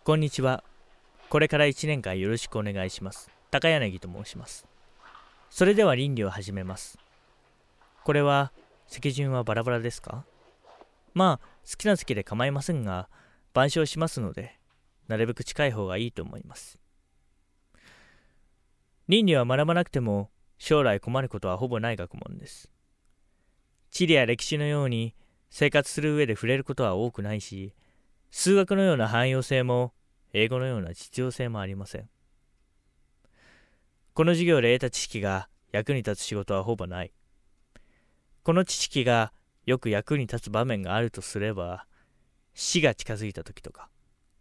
こんにちは。これから1年間よろしくお願いします。高柳と申します。それでは倫理を始めます。これは席順はバラバラですか？まあ好きな席で構いませんが、板書しますのでなるべく近い方がいいと思います。倫理は学ばなくても将来困ることはほぼない学問です。地理や歴史のように生活する上で触れることは多くないし、数学のような汎用性も英語のような実用性もありません。この授業で得た知識が役に立つ仕事はほぼない。この知識がよく役に立つ場面があるとすれば、死が近づいた時とか。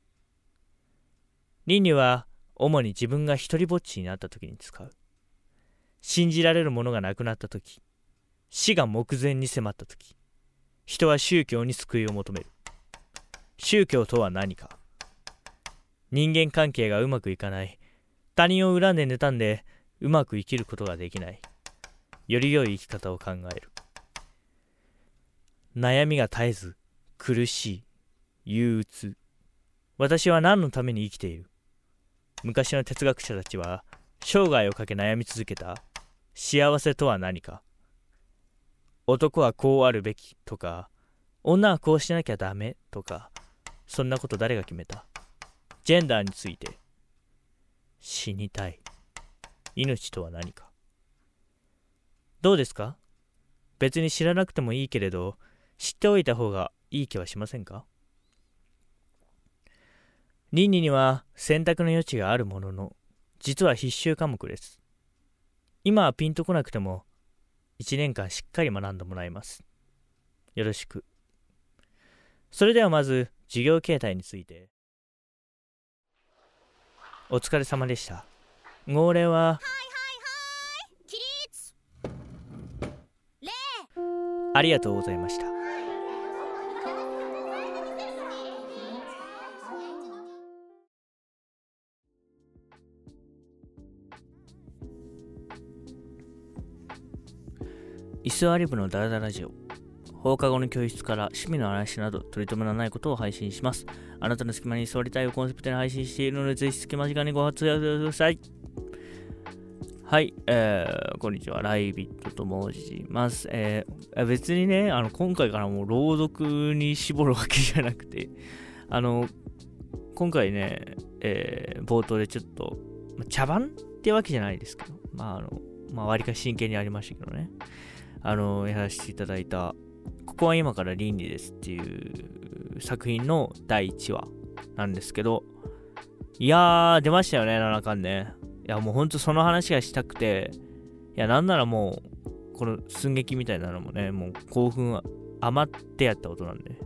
倫理は主に自分が一りぼっちになった時に使う。信じられるものがなくなった時、死が目前に迫った時、人は宗教に救いを求める。宗教とは何か。人間関係がうまくいかない。他人を恨んで妬んでうまく生きることができない。より良い生き方を考える。悩みが絶えず、苦しい、憂鬱。私は何のために生きている？昔の哲学者たちは生涯をかけ悩み続けた。幸せとは何か。男はこうあるべきとか、女はこうしなきゃダメとか、そんなこと誰が決めた？ジェンダーについて。死にたい。命とは何か。どうですか？別に知らなくてもいいけれど、知っておいた方がいい気はしませんか？倫理には選択の余地があるものの、実は必修科目です。今はピンとこなくても、1年間しっかり学んでもらいます。よろしく。それではまず、授業形態について。お疲れ様でした。号令は、 起立礼。 ありがとうございました。椅子あり部のダラダラジオ。放課後の教室から趣味の話など取り留めのないことを配信します。あなたの隙間に座りたいをコンセプトに配信しているので、ぜひ隙間時間にご活用ください。はい、こんにちは。ライビットと申します。別にね、今回からもう朗読に絞るわけじゃなくて、今回ね、冒頭でちょっと、茶番ってわけじゃないですけど、わりかし真剣にありましたけどね、やらせていただいた、ここは今から倫理ですっていう作品の第1話なんですけど、いやー、出ましたよね、7巻ね。いや、もうほんとその話がしたくて、いや、なんならもう、この寸劇みたいなのもね、もう興奮は余ってやったことなんで、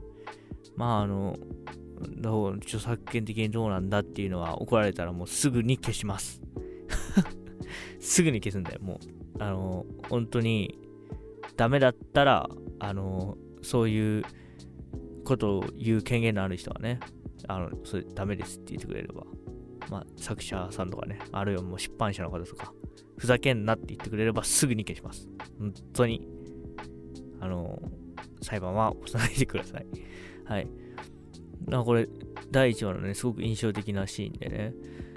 著作権的にどうなんだっていうのは怒られたらもうすぐに消します。すぐに消すんだよ、もう。本当に、ダメだったら、そういうことを言う権限のある人はね、それダメですって言ってくれれば、作者さんとかね、あるいはもう出版社の方とか、ふざけんなって言ってくれればすぐに消します。本当に、裁判は起こさないでください。はい。これ、第1話のね、すごく印象的なシーンでね、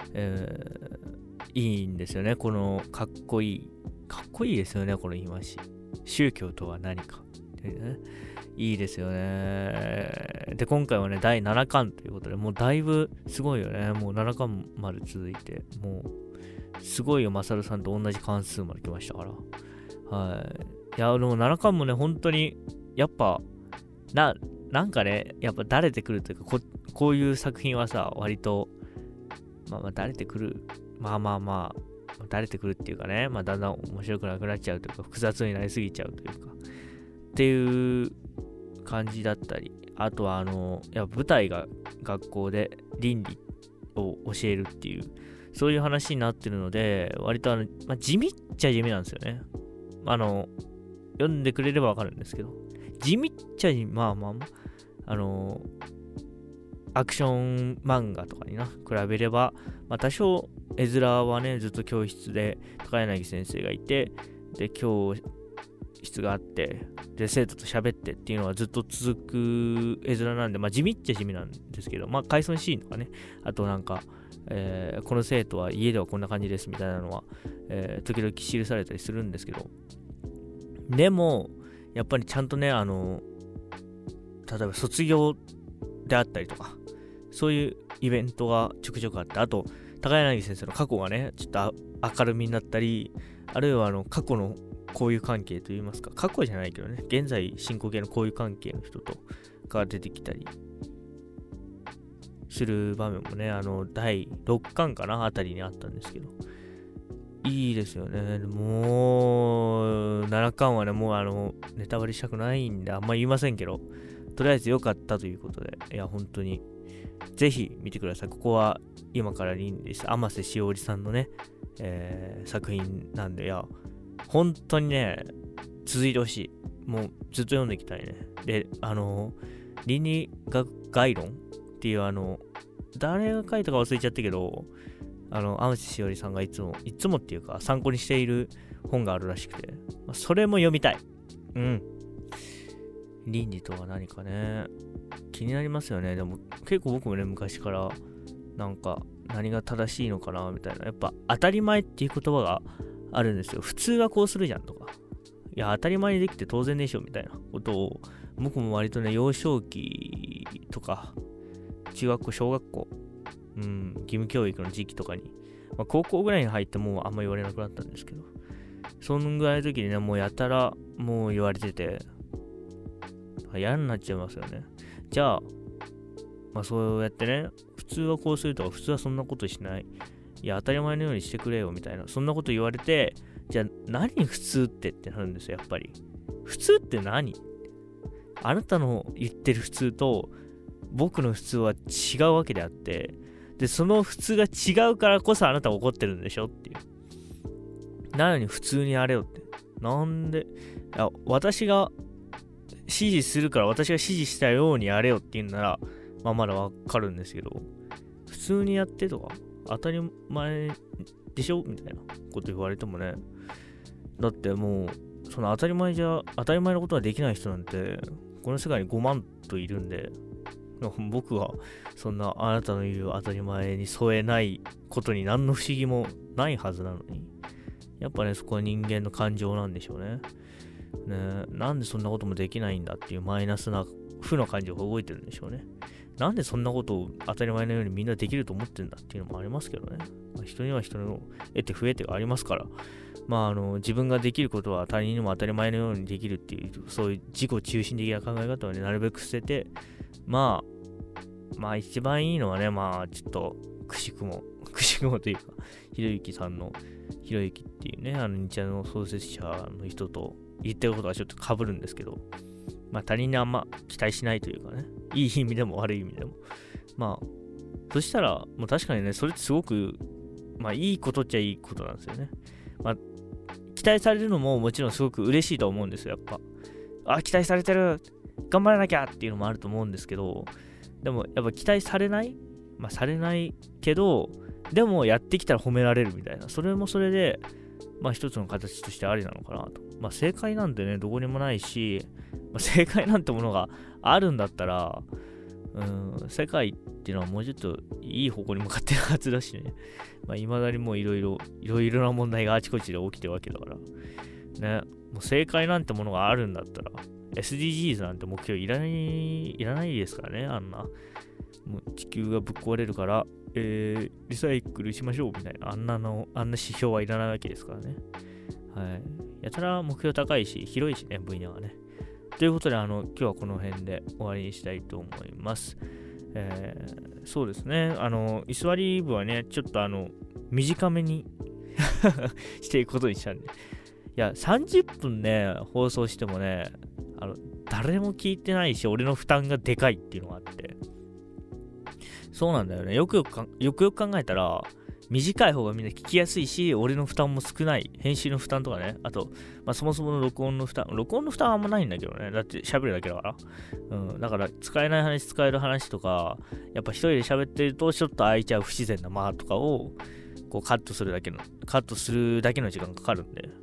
いいんですよね、このかっこいいですよね、この言い回し。宗教とは何かってね、いいですよね。で、今回はね、第7巻ということで、もうだいぶすごいよね。もう7巻まで続いて、もう、すごいよ、マサルさんと同じ関数まで来ましたから。はい。いや、でも7巻もね、本当に、やっぱ、なんかね、やっぱ慣れてくるというか、こういう作品はさ、割と、慣れてくる。慣れてくるっていうかね、だんだん面白くなくなっちゃうというか、複雑になりすぎちゃうというか、っていう感じだったり、あとはやっぱ舞台が学校で倫理を教えるっていう、そういう話になってるので、割と地味っちゃ地味なんですよね。読んでくれればわかるんですけど、地味っちゃ地味、アクション漫画とかに比べれば、多少絵面はね、ずっと教室で高柳先生がいて、で、今日室があって、で生徒と喋ってっていうのはずっと続く絵面なんで、地味っちゃ地味なんですけど、回想シーンとかね、あとなんか、この生徒は家ではこんな感じですみたいなのは、時々記されたりするんですけど、でもやっぱりちゃんとね、例えば卒業であったりとか、そういうイベントがちょくちょくあって、あと高柳先生の過去がねちょっと明るみになったり、あるいは過去の交友関係といいますか、過去じゃないけどね、現在進行形の交友関係の人とが出てきたりする場面もね、第6巻かなあたりにあったんですけど、いいですよね。もう7巻はね、もうネタバレしたくないんであんま言いませんけど、とりあえず良かったということで、いや本当にぜひ見てください。ここは今からリンです。天瀬しおりさんのね、作品なんで、いや本当にね続いてほしい。もうずっと読んでいきたいね。で、倫理学概論っていう誰が書いたか忘れちゃったけど、天瀬しおりさんがいつもっていうか参考にしている本があるらしくて、それも読みたい。倫理とは何かね、気になりますよね。でも結構僕もね、昔からなんか何が正しいのかなみたいな、やっぱ当たり前っていう言葉があるんですよ。普通はこうするじゃんとか、いや当たり前にできて当然でしょみたいなことを、僕も割とね、幼少期とか中学校小学校、義務教育の時期とかに、高校ぐらいに入ってもうあんま言われなくなったんですけど、そのぐらいの時にね、もうやたらもう言われてて嫌になっちゃいますよね。じゃあ、そうやってね、普通はこうするとか、普通はそんなことしない、いや当たり前のようにしてくれよみたいな、そんなこと言われて、じゃあ何普通ってなるんですよ。やっぱり普通って何？あなたの言ってる普通と僕の普通は違うわけであって、でその普通が違うからこそあなたは怒ってるんでしょっていう。なのに普通にやれよって、なんで、私が指示するから、私が指示したようにやれよっていうならまだわかるんですけど、普通にやってとか当たり前でしょみたいなこと言われてもね、だってもうその当たり前のことができない人なんてこの世界に5万といるんで、僕はそんなあなたの言う当たり前に添えないことに何の不思議もないはずなのに、やっぱね、そこは人間の感情なんでしょうね。なんでそんなこともできないんだっていうマイナスな負の感情が動いてるんでしょうね。なんでそんなことを当たり前のようにみんなできると思ってるんだっていうのもありますけどね。人には人の得て不得手がありますから、自分ができることは他人にも当たり前のようにできるっていう、そういう自己中心的な考え方をね、なるべく捨てて、一番いいのはね、ちょっとくしくもというか、ひろゆきさんのひろゆきっていうね、日ハの創設者の人と言ってることがちょっと被るんですけど、他人にあんま期待しないというかね、いい意味でも悪い意味でも、そしたらもう確かにね、それってすごくいいことっちゃいいことなんですよね。期待されるのももちろんすごく嬉しいと思うんですよ。やっぱ期待されてる、頑張らなきゃっていうのもあると思うんですけど、でもやっぱ期待されない、されないけど、でもやってきたら褒められるみたいな、それもそれで一つの形としてありなのかなと。正解なんてね、どこにもないし、正解なんてものがあるんだったら、世界っていうのはもうちょっといい方向に向かってるはずだしね。未だにもういろいろな問題があちこちで起きてるわけだからね。もう正解なんてものがあるんだったら SDGs なんて目標いらないですからね。あんなもう地球がぶっ壊れるから、リサイクルしましょうみたいな、あんな指標はいらないわけですからね。はい。やたら目標高いし広いしね、分野がね。ということで、今日はこの辺で終わりにしたいと思います。そうですね、居座り部はね、ちょっと短めにしていくことにしたんで、いや、30分ね、放送してもね、誰も聞いてないし、俺の負担がでかいっていうのがあって、そうなんだよね。よくよく考えたら、短い方がみんな聞きやすいし、俺の負担も少ない。編集の負担とかね。あと、そもそもの録音の負担はあんまないんだけどね。だって喋るだけだから。だから使えない話、使える話とか、やっぱ一人で喋ってるとちょっと空いちゃう不自然な間とかをこうカットするだけの時間かかるんで、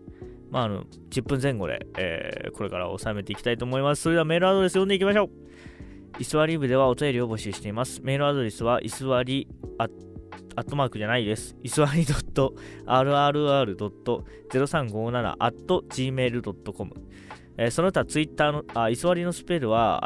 10分前後で、これから収めていきたいと思います。それではメールアドレス読んでいきましょう。いすわり部ではお便りを募集しています。メールアドレスは、いすわりアットマークじゃないです。いすわり .rrr.0357@gmail.com、その他ツイッターのいすわりのスペルは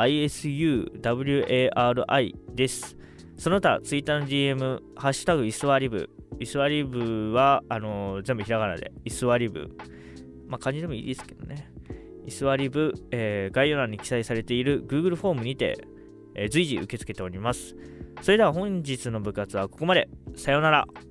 ISUWARI です。その他ツイッターの DM ハッシュタグいすわり部、いすわり部は全部ひらがなでいすわり部、漢字でもいいですけどね。いすわり部、概要欄に記載されている Google フォームにて、随時受け付けております。それでは本日の部活はここまで。さようなら。